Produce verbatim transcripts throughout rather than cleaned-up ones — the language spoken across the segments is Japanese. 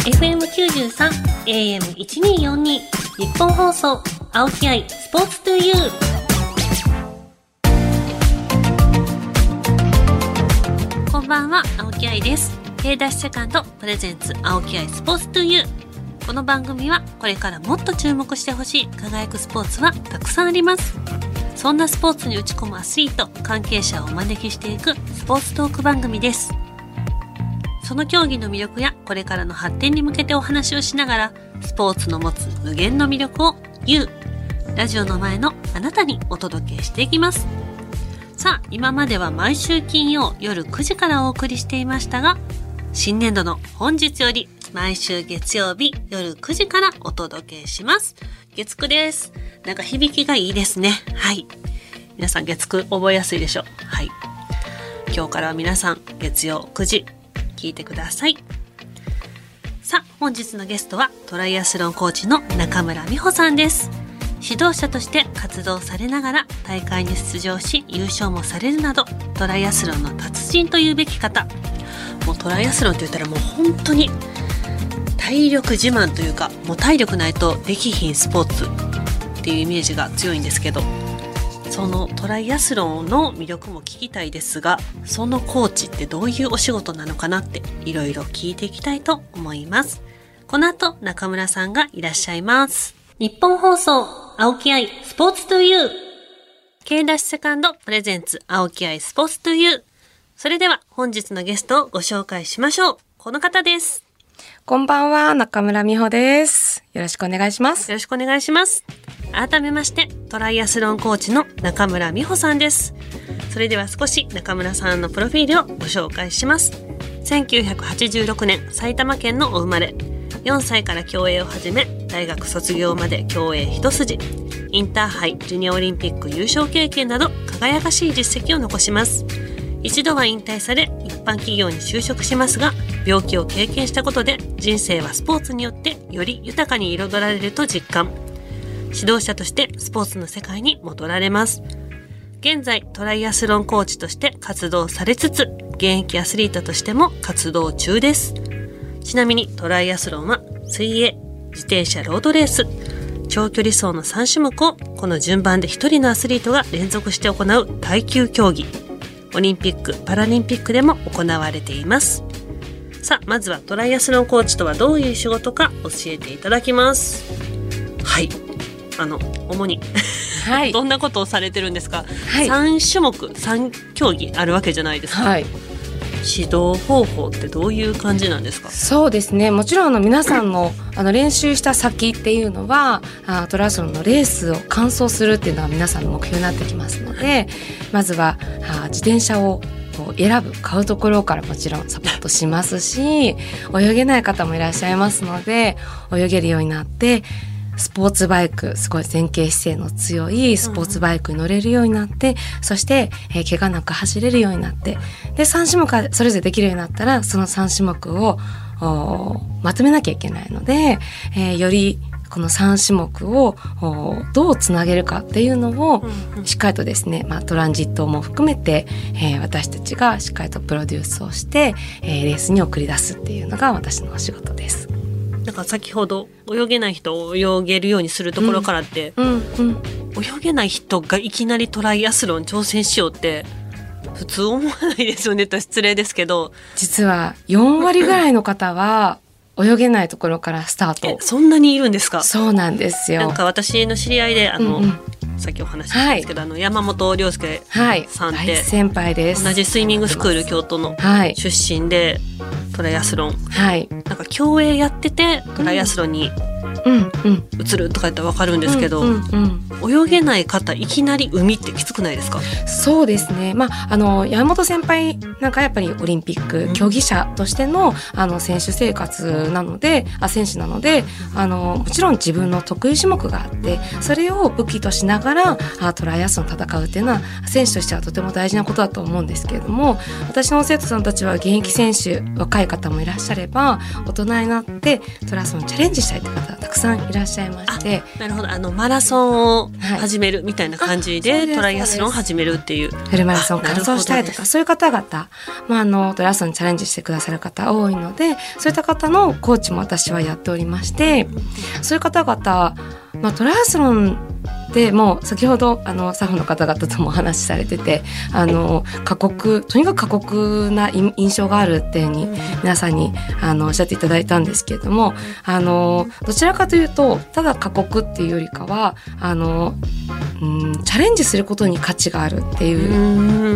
エフエムきゅうじゅうさん、エーエムせんにひゃくよんじゅうに 日本放送青木愛スポーツトゥユー。こんばんは、青木愛です。 K ダッシュセカンドプレゼンツ青木愛スポーツトゥユー。この番組はこれからもっと注目してほしい輝くスポーツはたくさんあります。そんなスポーツに打ち込むアスリート、関係者をお招きしていくスポーツトーク番組です。その競技の魅力やこれからの発展に向けてお話をしながら、スポーツの持つ無限の魅力を ユー ラジオの前のあなたにお届けしていきます。さあ、今までは毎週金曜夜くじからお送りしていましたが、新年度の本日より毎週月曜日夜くじからお届けします。月くです。なんか響きがいいですね。はい。皆さん月く覚えやすいでしょう。はい。今日からは皆さん月曜くじ聞いてください。さあ、本日のゲストはトライアスロンコーチの中村美穂さんです。指導者として活動されながら大会に出場し優勝もされるなど、トライアスロンの達人というべき方。もうトライアスロンと言ったらもう本当に体力自慢というか、もう体力ないとできひんスポーツっていうイメージが強いんですけど、そのトライアスロンの魅力も聞きたいですが、そのコーチってどういうお仕事なのかなっていろいろ聞いていきたいと思います。この後中村さんがいらっしゃいます。日本放送青木愛スポーツトゥユー、 K ダッシュセカンドプレゼンツ青木愛スポーツトゥユー。それでは本日のゲストをご紹介しましょう。この方です。 こんばんは、中村美穂です。よろしくお願いします。 よろしくお願いします。改めましてトライアスロンコーチの中村美穂さんです。それでは少し中村さんのプロフィールをご紹介します。せんきゅうひゃくはちじゅうろくねん埼玉県のお生まれ。よんさいから競泳を始め、大学卒業まで競泳一筋。インターハイ、ジュニアオリンピック優勝経験など輝かしい実績を残します。一度は引退され一般企業に就職しますが、病気を経験したことで人生はスポーツによってより豊かに彩られると実感。指導者としてスポーツの世界に戻られます。現在トライアスロンコーチとして活動されつつ、現役アスリートとしても活動中です。ちなみにトライアスロンは水泳、自転車ロードレース、長距離走のさん種目をこの順番でひとりのアスリートが連続して行う耐久競技。オリンピック・パラリンピックでも行われています。さあ、まずはトライアスロンコーチとはどういう仕事か教えていただきます。はい、あの主に、はい、どんなことをされてるんですか？はい、さん種目さん競技あるわけじゃないですか。はい、指導方法ってどういう感じなんですか？ そうですね、もちろんあの皆さんのあの練習した先っていうのはあトライアスロンのレースを完走するっていうのは皆さんの目標になってきますので、まずはあ自転車を選ぶ買うところからもちろんサポートしますし、泳げない方もいらっしゃいますので泳げるようになって、スポーツバイク、すごい前傾姿勢の強いスポーツバイクに乗れるようになって、うん、そして、えー、怪我なく走れるようになって、でさん種目それぞれできるようになったら、そのさん種目をまとめなきゃいけないので、えー、よりこのさん種目をどうつなげるかっていうのをしっかりとですね、まあ、トランジットも含めて、えー、私たちがしっかりとプロデュースをして、えー、レースに送り出すっていうのが私のお仕事です。 なんか先ほど泳げない人を泳げるようにするところからって、うんうんうん、泳げない人がいきなりトライアスロン挑戦しようって普通思わないですよねと失礼ですけど、 実はよん割ぐらいの方は泳げないところからスタート。 え、そんなにいるんですか？ そうなんですよ。 なんか私の知り合いであの、うんうん、さっきお話ししたんですけど、はい、あの山本涼介さんって、はい、 大先輩です。 同じスイミングスクール京都の出身で、トライアスロン、はい、なんか競泳やっててトライアスロンに移るとか言ったら分かるんですけど、うんうんうん、泳げない方いきなり海ってきつくないですか？ そうですね、まあ、あの山本先輩なんかやっぱりオリンピック競技者としての、あの選手生活なのであ選手なのであのもちろん自分の得意種目があって、それを武器としながらあトライアスロン戦うっていうのは選手としてはとても大事なことだと思うんですけれども、私の生徒さんたちは現役選手、若い方もいらっしゃれば大人になってトライアスロンチャレンジしたいって方がたくさんくさんいらっしゃいまして。 なるほど、あのマラソンを始めるみたいな感じで、はい、トライアスロンを始めるっていうフルマラソン完走したいとか、そういう方々、まあ、あのトライアスロンにチャレンジしてくださる方多いので、そういった方のコーチも私はやっておりまして、そういう方々、まあ、トライアスロンでもう先ほどあのスタッフの方々ともお話しされてて、あの過酷、とにかく過酷な印象があるっていうふうに皆さんにあのおっしゃっていただいたんですけれども、あのどちらかというとただ過酷っていうよりかはあの、うん、チャレンジすることに価値があるっていう、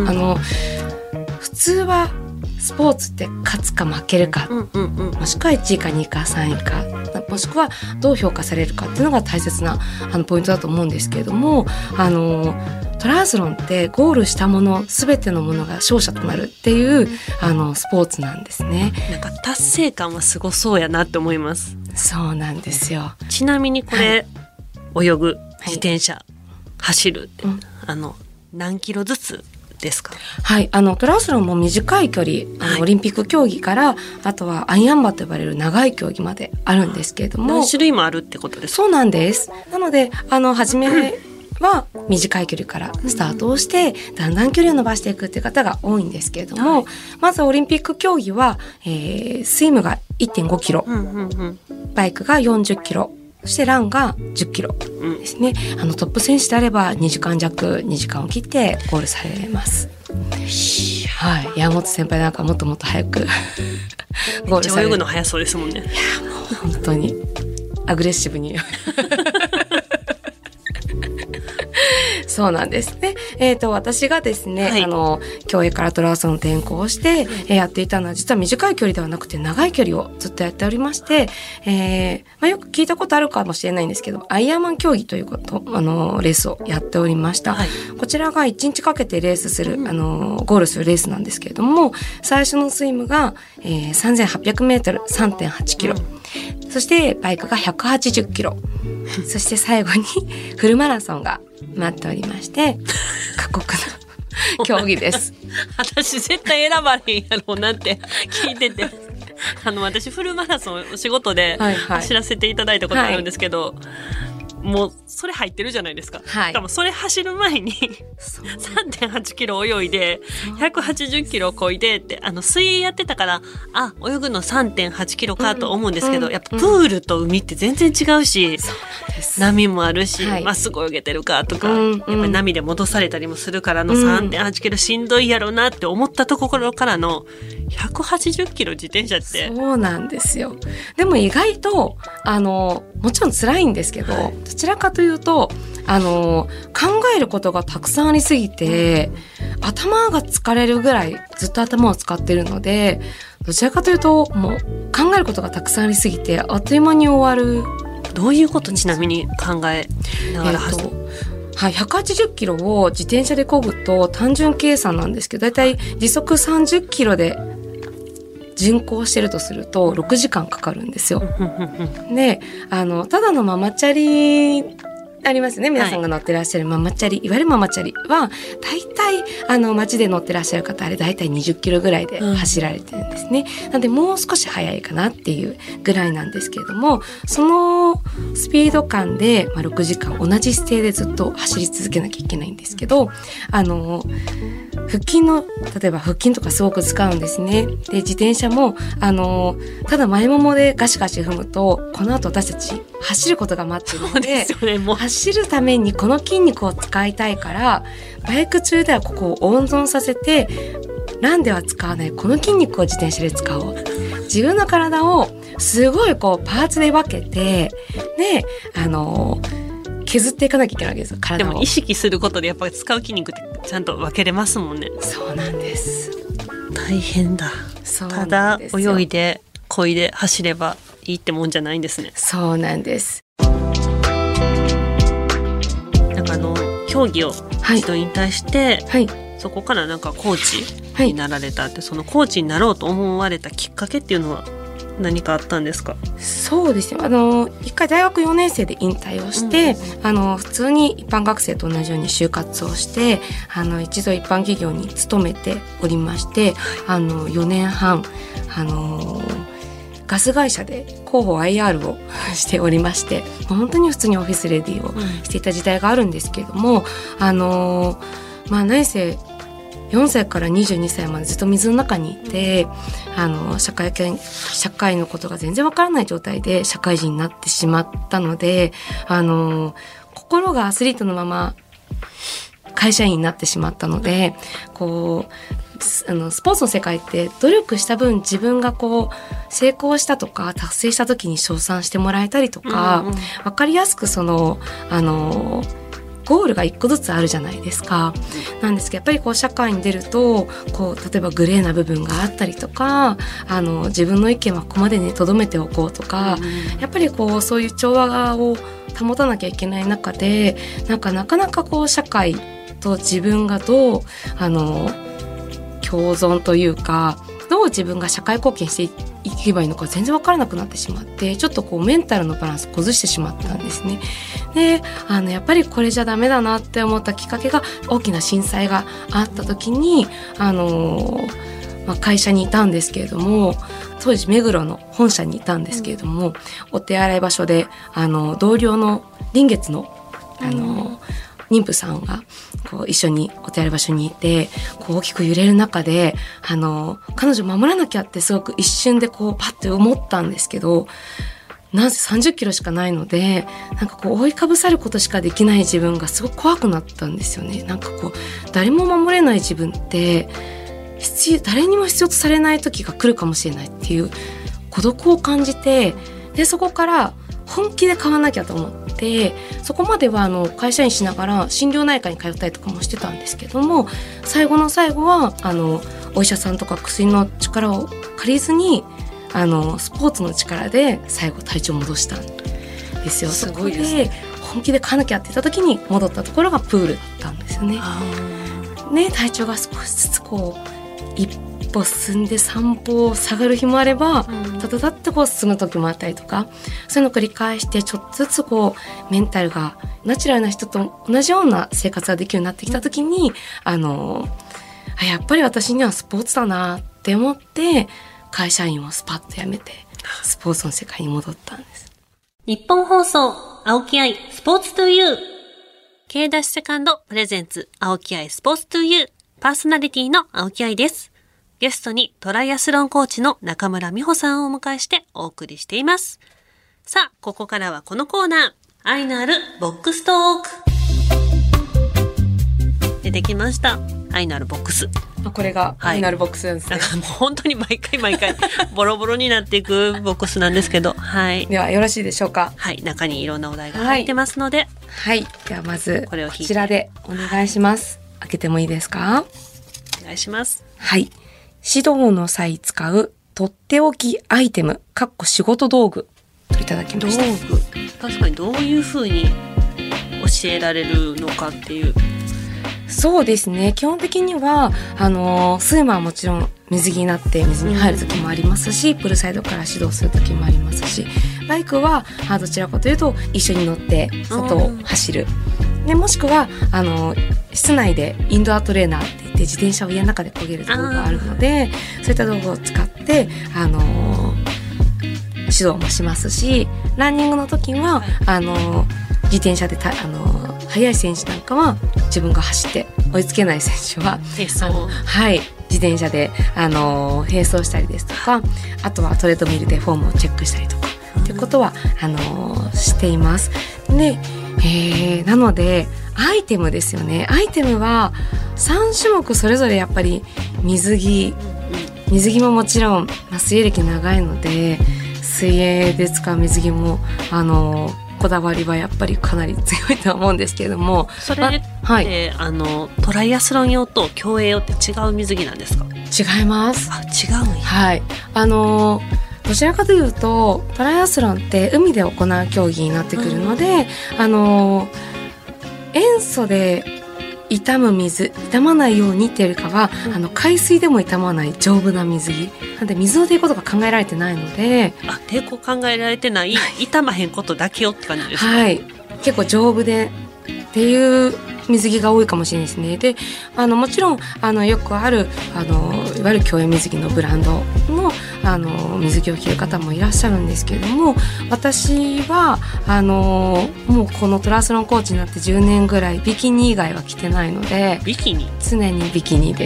あの普通はスポーツって勝つか負けるか、うんうんうん、もしくはいちいかにいかさんいか、もしくはどう評価されるかっていうのが大切なあのポイントだと思うんですけれども、あのトライアスロンってゴールしたもの全てのものが勝者となるっていうあのスポーツなんですね。 なんか達成感はすごそうやなって思います。 そうなんですよ。 ちなみにこれ、はい、泳ぐ、自転車、はい、走るって、うん、あの何キロずつですか？ はい、あのトライアスロンも短い距離、あの、はい、オリンピック競技からあとはアイアンマンと呼ばれる長い競技まであるんですけれども、 何種類もあるってことですか？ そうなんです。なのであの初めは短い距離からスタートをしてだんだん距離を伸ばしていくっていう方が多いんですけれども、はい、まずオリンピック競技は、えー、スイムが いってんごキロ、うんうんうん、バイクがよんじゅっキロ、そしてランがじゅっキロですね、うん、あのトップ選手であればにじかんじゃくにじかんを切ってゴールされます。はい、山本先輩なんかもっともっと早くゴールされる。めっちゃ泳ぐの早そうですもんね。いやもう本当にアグレッシブにそうなんですね。えーと、私がですね、はい、あの競泳からトライアスロン転向して、えー、やっていたのは実は短い距離ではなくて長い距離をずっとやっておりまして、えーまあ、よく聞いたことあるかもしれないんですけど、アイアンマン競技ということあのレースをやっておりました、はい、こちらがいちにちかけてレースする、あのゴールするレースなんですけれども、最初のスイムが、えー、さんぜんはっぴゃくメートル さんてんはちキロ、うん、そしてバイクがひゃくはちじゅっキロそして最後にフルマラソンが待っておりまして過酷な競技です私絶対選ばれへんやろうなって聞いててあの私フルマラソンお仕事で走らせていただいたことあるんですけど、はいはいもうそれ入ってるじゃないですか、はい、しかもそれ走る前に さんてんはちキロ泳いでひゃくはちじゅっキロ漕いでってあの水泳やってたからあ泳ぐの さんてんはちキロかと思うんですけど、うん、やっぱプールと海って全然違うし、うん、波もあるし、はい、まっすぐ泳げてるかとか、うん、やっぱり波で戻されたりもするからの さんてんはちキロしんどいやろなって思ったところからのひゃくはちじゅっキロ自転車ってそうなんですよ。でも意外とあのもちろん辛いんですけど、はい、どちらかというとあの考えることがたくさんありすぎて、うん、頭が疲れるぐらいずっと頭を使ってるので、どちらかというともう考えることがたくさんありすぎてあっという間に終わる。 どういうことちなみに考えながら走る、えーはい、ひゃくはちじゅっキロを自転車で漕ぐと単純計算なんですけど、だいたい時速さんじゅっキロで巡航してるとするとろくじかんかかるんですよで、あのただのママチャリありますね。皆さんが乗ってらっしゃるママチャリ、はい、いわゆるママチャリは大体あの街で乗ってらっしゃる方あれ大体にじゅっキロぐらいで走られてるんですね、うん、なのでもう少し速いかなっていうぐらいなんですけれども、そのスピード感で、まあ、ろくじかん同じ姿勢でずっと走り続けなきゃいけないんですけど、あの腹筋の例えば腹筋とかすごく使うんですね。で自転車もあのただ前ももでガシガシ踏むとこの後私たち走ることが待っているの で, そうですよね、もう走るためにこの筋肉を使いたいからバイク中ではここを温存させてランでは使わないこの筋肉を自転車で使おう。自分の体をすごいこうパーツで分けてであの削っていかなきゃいけないわけですよ、体を。 でも意識することでやっぱり使う筋肉ってちゃんと分けれますもんね。 そうなんです。 大変だ。 そうただ泳いで漕いで走ればいいってもんじゃないんですね。 そうなんです。 なんかあの競技を一度引退して、はいはい、そこからなんかコーチになられたって、はい、そのコーチになろうと思われたきっかけっていうのは何かあったんですか？ そうですね、あの一回大学よねん生で引退をして、うん、あの普通に一般学生と同じように就活をしてあの一度一般企業に勤めておりまして、あのよねんはんあのガス会社で広報 アイアール をしておりまして、本当に普通にオフィスレディをしていた時代があるんですけれども、うん、あのまあ何せよんさいからにじゅうにさいまでずっと水の中にいて、あの社会系社会のことが全然わからない状態で社会人になってしまったので、あの心がアスリートのまま会社員になってしまったので、こうあのスポーツの世界って努力した分自分がこう成功したとか達成した時に称賛してもらえたりとか、うんうん、分かりやすくそのあのゴールが一個ずつあるじゃないですか。なんですけどやっぱりこう社会に出るとこう例えばグレーな部分があったりとか、あの自分の意見はここまでに留めておこうとか、うん、やっぱりこうそういう調和を保たなきゃいけない中で、なんかなかなかこう社会と自分がどうあの共存というか、どう自分が社会貢献していけばいいのか全然分からなくなってしまって、ちょっとこうメンタルのバランス崩してしまったんですね。で、あのやっぱりこれじゃダメだなって思ったきっかけが、大きな震災があった時にあの、まあ、会社にいたんですけれども、当時目黒の本社にいたんですけれども、うん、お手洗い場所であの同僚の臨月のあの、うん妊婦さんがこう一緒にお手洗い場所にいて、こう大きく揺れる中で、あの彼女守らなきゃってすごく一瞬でこうパッて思ったんですけど、なんせさんじゅっキロしかないので、なんかこう覆いかぶさることしかできない自分がすごく怖くなったんですよね。なんかこう誰も守れない自分って必要、誰にも必要とされない時が来るかもしれないっていう孤独を感じて、でそこから本気で買わなきゃと思って、そこまではあの会社員しながら心療内科に通ったりとかもしてたんですけども、最後の最後はあのお医者さんとか薬の力を借りずに、あのスポーツの力で最後体調を戻したんですよ。すごいですね。そこで本気で買わなきゃって言った時に戻ったところがプールだったんですよね。ね、体調が少しずつこう一歩進んで散歩を下がる日もあれば、うん、たたたってこう進む時もあったりとか、そういうのを繰り返してちょっとずつこうメンタルがナチュラルな人と同じような生活ができるようになってきた時に、うん、あのあやっぱり私にはスポーツだなって思って会社員をスパッと辞めてスポーツの世界に戻ったんです。 日本放送青木愛スポーツトゥユー K ダッシュセカンドプレゼンツ青木愛スポーツトゥユー、パーソナリティの青木愛です。ゲストにトライアスロンコーチの中村美穂さんをお迎えしてお送りしています。さあ、ここからはこのコーナー、愛のあるボックストーク。出てきました。愛のあるボックス。 これが愛のあるボックスなんですね。 はい、もう本当に毎回毎回ボロボロになっていくボックスなんですけど、はい。 ではよろしいでしょうか。 はい、中にいろんなお題が入ってますので、 はい。はい、ではまずこれをこちらでお願いします。開けてもいいですか。 お願いします。 はい。指導の際使うとっておきアイテム（かっこ仕事道具）といただきました。 道具、確かにどういうふうに教えられるのかっていう。 そうですね。基本的にはあのスイマーはもちろん水着になって水に入る時もありますし、うん、プールサイドから指導する時もありますし、バイクはあどちらかというと一緒に乗って外を走る。でもしくはあの室内でインドアトレーナーって言って自転車を家の中で漕げる道具があるので、そういった道具を使ってあの指導もしますし、ランニングの時はあの自転車でたあの速い選手なんかは自分が走って追いつけない選手はあの、はい、自転車であの並走したりですとか、あとはトレッドミルでフォームをチェックしたりとかっていうことはあのしています。でえー、なのでアイテムですよね。アイテムはさん種目それぞれやっぱり水着水着ももちろん、まあ、水泳歴長いので水泳で使う水着もあのこだわりはやっぱりかなり強いとは思うんですけれども、 それって、はい、あのトライアスロン用と競泳用って違う水着なんですか？ 違います。 あ、違うんや。 はい、あのどちらかというとトライアスロンって海で行う競技になってくるので、うん、あの塩素で傷む水傷まないようにっていうよりかは、うん、あの海水でも傷まない丈夫な水着なんで、水の抵抗とか考えられてないので、 あ、抵抗考えられてない傷まへんことだけよって感じですか？ はい、結構丈夫でっていう水着が多いかもしれないですね。で、あのもちろんあのよくあるあのいわゆる競泳水着のブランドのあの水着を着る方もいらっしゃるんですけれども、私はあのもうこのトライアスロンコーチになってじゅうねんぐらいビキニ以外は着てないので。 ビキニ？ 常にビキニです。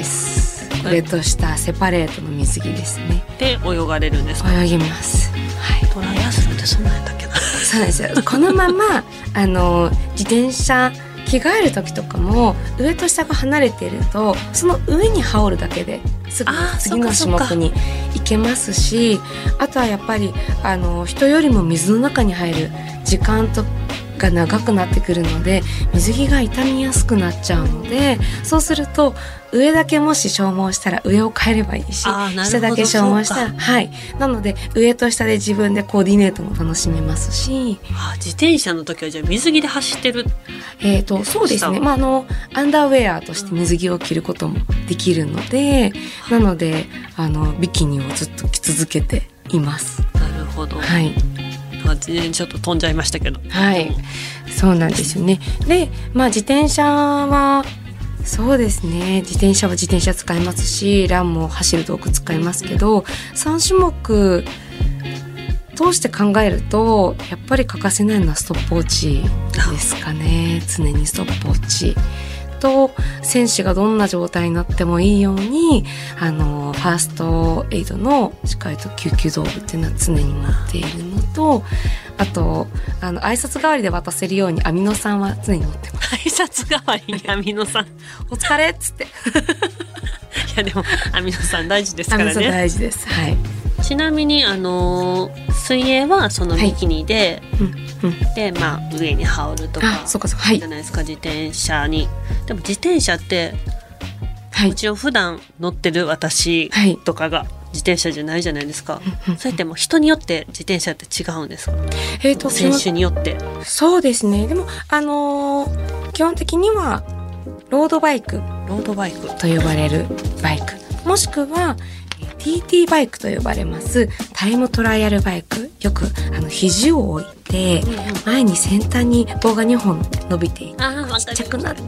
上と下セパレートの水着ですね。 で泳がれるんですか？ 泳ぎます、はい、 トライアスロンってそんなんやったっけな。 そうなんですよ。このままあの自転車着替える時とかも上と下が離れているとその上に羽織るだけですぐ次の種目に行けますし、 あ, あとはやっぱりあの人よりも水の中に入る時間とが長くなってくるので水着が傷みやすくなっちゃうので、そうすると上だけもし消耗したら上を変えればいいし、下だけ消耗したら、はい、なので上と下で自分でコーディネートも楽しめますし、 あ、自転車の時はじゃあ水着で走ってる。 えーと、そうですね、まあ、あのアンダーウェアとして水着を着ることもできるので、なのであのビキニをずっと着続けています。 なるほど、 はい、 ちょっと飛んじゃいましたけど、 はい、そうなんですよね。で、まあ、自転車はそうですね、自転車は自転車使いますし、ランも走る道具使いますけど、さん種目通して考えるとやっぱり欠かせないのはストップウォッチですかね。常にストップウォッチと選手がどんな状態になってもいいようにあのファーストエイドのしっかりと救急道具っていうのは常に持っているのと、あとあの挨拶代わりで渡せるようにアミノ酸は常に持ってます。 挨拶代わりにアミノ酸お疲れっつっていやでもアミノ酸大事ですからね。 アミノ酸大事です、はい、 ちなみにあの水泳はそのビキニで、 はい、うんうん、 で、まあ、上に羽織るとかそうかそうか、はい、 じゃないですか、自転車に。でも自転車って、はい、もちろん普段乗ってる私とかが自転車じゃないじゃないですか、はい、それってもう人によって自転車って違うんですか？えーと、選手によって。そうですね、 でも、あのー、基本的にはロードバイクロードバイクと呼ばれるバイク、もしくはティーティー バイクと呼ばれますタイムトライアルバイク、よくあの肘を置いて、うんうん、前に先端に棒がにほん伸びていてちっちゃくなって、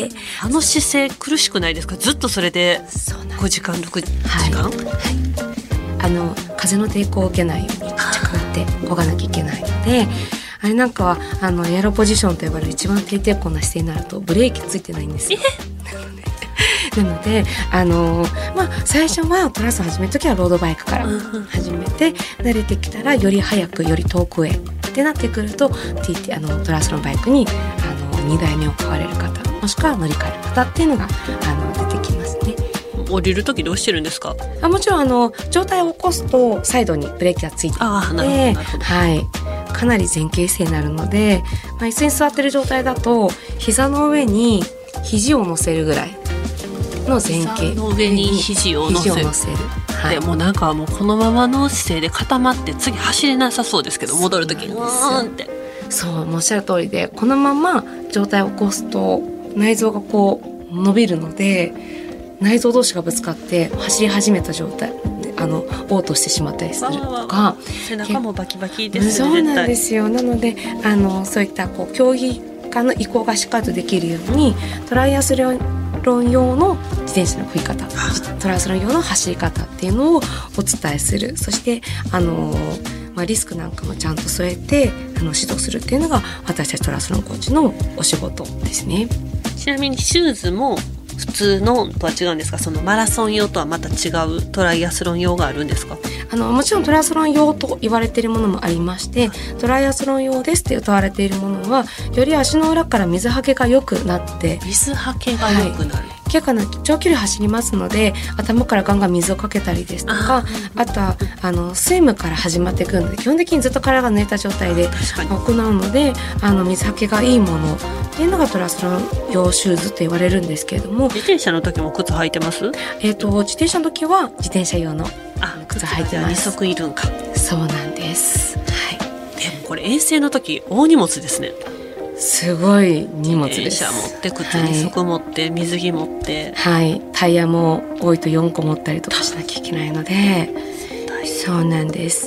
あの姿勢苦しくないですか？ずっとそれでごじかんろくじかん、はいはい、 あの風の抵抗を受けないようにちっちゃくなって漕がなきゃいけないので、あれなんかはあのエアロポジションと呼ばれる一番低抵抗な姿勢になるとブレーキついてないんですよ。なので、あのーまあ、最初はトライアスロン始めるときはロードバイクから始めて、慣れてきたらより早くより遠くへってなってくると ティーティー あのトライアスロンバイクにあのにだいめを買われる方、もしくは乗り換える方っていうのがあの出てきますね。 降りるときどうしてるんですか？ あ、もちろんあの状態を起こすとサイドにブレーキがついていて、 あ、なるほど、 はい、かなり前傾姿勢になるので、まあ、椅子に座ってる状態だと膝の上に肘を乗せるぐらいの前傾の上に肘を乗せる、 はい、 でもなんかもうこのままの姿勢で固まって次走れなさそうですけど、戻るときにうーんって、 そうおっしゃる通りで、このまま状態を起こすと内臓がこう伸びるので内臓同士がぶつかって走り始めた状態であの嘔吐してしまったりするとか、 背中もバキバキですね。 そうなんですよ。なのであのそういったこう競技家の意向がしっかりとできるようにトライアスロン用の自転車の漕ぎ方、トライアスロン用の走り方っていうのをお伝えする。そしてあの、まあ、リスクなんかもちゃんと添えてあの指導するっていうのが私たちトライアスロンコーチのお仕事ですね。 ちなみにシューズも普通のとは違うんですか？そのマラソン用とはまた違うトライアスロン用があるんですか？ あのもちろんトライアスロン用と言われているものもありまして、トライアスロン用ですって歌われているものはより足の裏から水はけが良くなって、 水はけが良くなる、 はい、結構な長距離走りますので頭からガンガン水をかけたりですとか、 あ, あとはあのスイムから始まっていくので基本的にずっと体が抜いた状態で行うので、あの水はけがいいものっていうのがトライアスロン用シューズと言われるんですけれども、 自転車の時も靴履いてます？ えーと、自転車の時は自転車用の靴履いてます。 に足いるんか。 そうなんです、はい、 でもこれ遠征の時大荷物ですね。 すごい荷物です。 自転車持って靴に足持って、はい、水着持って、 はい、タイヤも多いとよんこ持ったりとかしなきゃいけないので、そうなんです。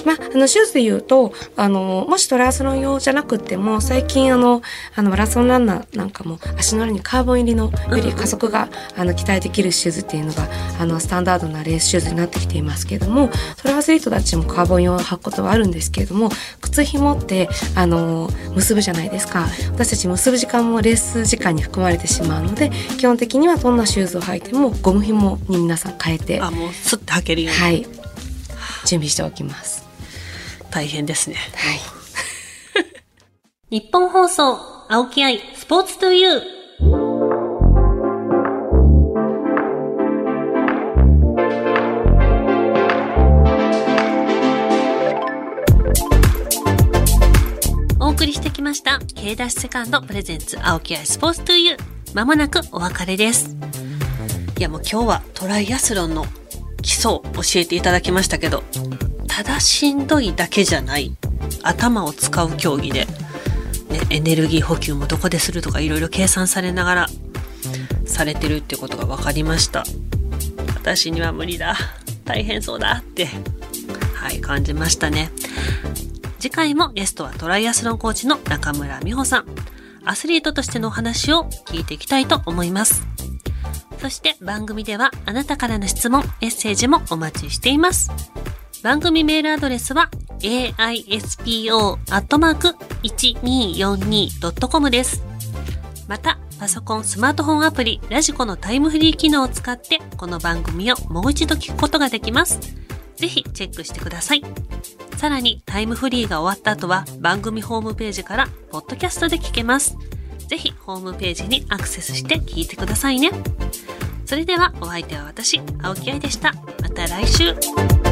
まあ、あのシューズで言うとあのもしトライアスロン用じゃなくても最近あのあのマラソンランナーなんかも足の裏にカーボン入りのより加速が、うん、あの期待できるシューズっていうのがあのスタンダードなレースシューズになってきていますけれども、トライアスリートたちもカーボン用を履くことはあるんですけれども、靴紐ってあの結ぶじゃないですか。私たち結ぶ時間もレース時間に含まれてしまうので、基本的にはどんなシューズを履いてもゴム紐に皆さん変えて、 あ、もうスッと履けるように、 はい、準備しておきます。 大変ですね。 はい。 日本放送青木愛スポーツトゥユー。お送りしてきました K ダッシュセカンドプレゼンツ青木愛スポーツトゥユー。まもなくお別れです。いやもう今日はトライアスロンの基礎を教えていただきましたけど、ただしんどいだけじゃない、頭を使う競技で、ね、エネルギー補給もどこでするとかいろいろ計算されながらされてるってことが分かりました。私には無理だ、大変そうだってはい感じましたね。次回もゲストはトライアスロンコーチの中村美穂さん、アスリートとしてのお話を聞いていきたいと思います。そして番組ではあなたからの質問、メッセージもお待ちしています。番組メールアドレスは エーアイエスピーオー アットマーク いちにーよんにー ドットコム です。また、パソコン、スマートフォンアプリ、ラジコのタイムフリー機能を使ってこの番組をもう一度聞くことができます。ぜひチェックしてください。さらにタイムフリーが終わった後は番組ホームページからポッドキャストで聞けます。ぜひホームページにアクセスして聞いてくださいね。それではお相手は私、青木愛でした。また来週。